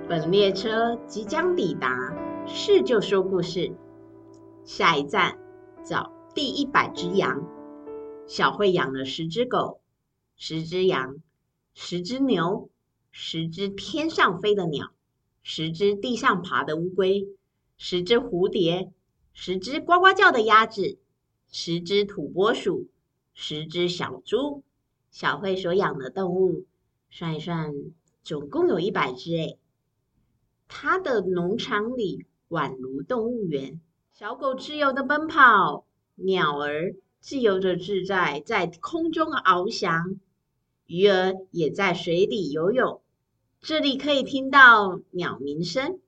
本列车即将抵达，是就说故事。下一站，找第100只羊。小慧养了10只狗、10只羊、10只牛、10只天上飞的鸟、10只地上爬的乌龟、10只蝴蝶、10只呱呱叫的鸭子、10只土拨鼠、10只小猪。小慧所养的动物，算一算，总共有100只诶。他的农场里宛如动物园，小狗自由的奔跑，鸟儿自由的自在在空中翱翔，鱼儿也在水里游泳。这里可以听到鸟鸣声，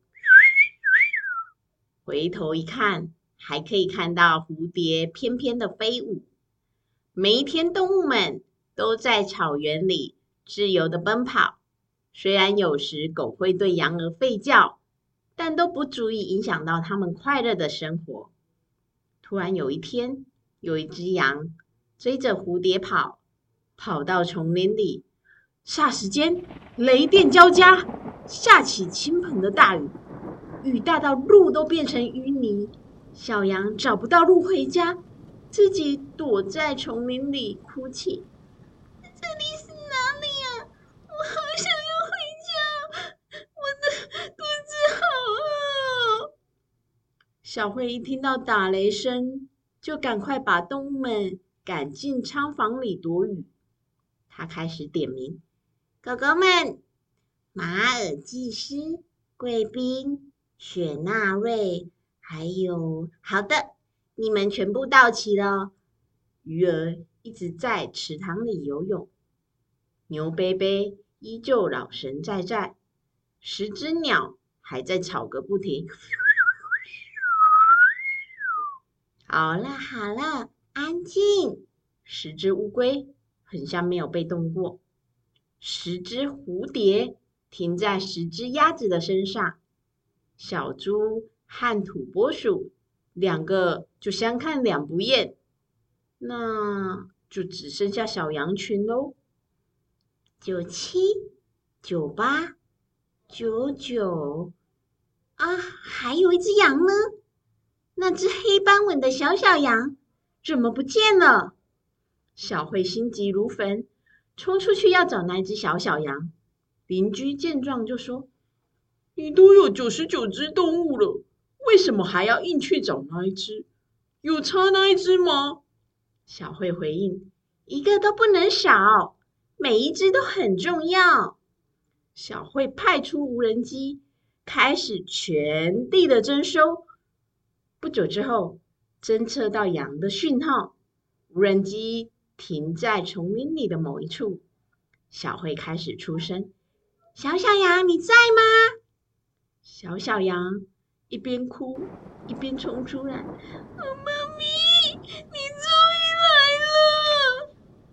回头一看，还可以看到蝴蝶翩翩的飞舞。每一天，动物们都在草原里自由的奔跑。虽然有时狗会对羊儿吠叫，但都不足以影响到它们快乐的生活。突然有一天，有一只羊追着蝴蝶跑，跑到丛林里，霎时间雷电交加，下起倾盆的大雨，雨大到路都变成淤泥。小羊找不到路回家，自己躲在丛林里哭泣。这里是哪里啊？我好想要回家，我的肚子好饿。小慧一听到打雷声，就赶快把动物们赶进仓房里躲雨。她开始点名：狗狗们，马尔济斯、贵宾、雪纳瑞，还有……好的，你们全部到齐了。鱼儿一直在池塘里游泳，牛贝贝依旧老神在在，10只鸟还在吵个不停。好了好了，安静。10只乌龟很像没有被动过，10只蝴蝶停在10只鸭子的身上，小猪和土拨鼠2个就相看两不厌，那就只剩下小羊群喽。97、98、99啊，还有一只羊呢？那只黑斑纹的小羊怎么不见了？小慧心急如焚，冲出去要找那只小羊。邻居见状就说：你都有99只动物了，为什么还要硬去找那一只？有差那一只吗？小慧回应：一个都不能少，每一只都很重要。小慧派出无人机，开始全地的征收。不久之后，侦测到羊的讯号，无人机停在丛林里的某一处。小慧开始出声：小羊，你在吗？小羊一边哭一边冲出来：妈咪，你终于来了！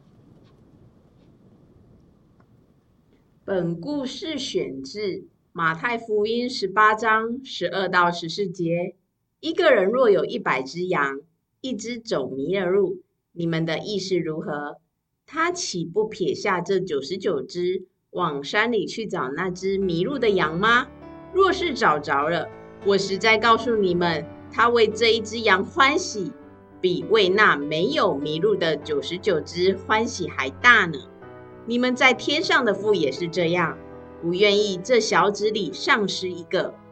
本故事选自马太福音18章12到14节。一个人若有100只羊，1只走迷了路，你们的意是如何？他岂不撇下这99只，往山里去找那只迷路的羊吗？若是找着了，我实在告诉你们，他为这一只羊欢喜，比为那没有迷路的99只欢喜还大呢。你们在天上的父也是这样，不愿意这小子里丧失一个，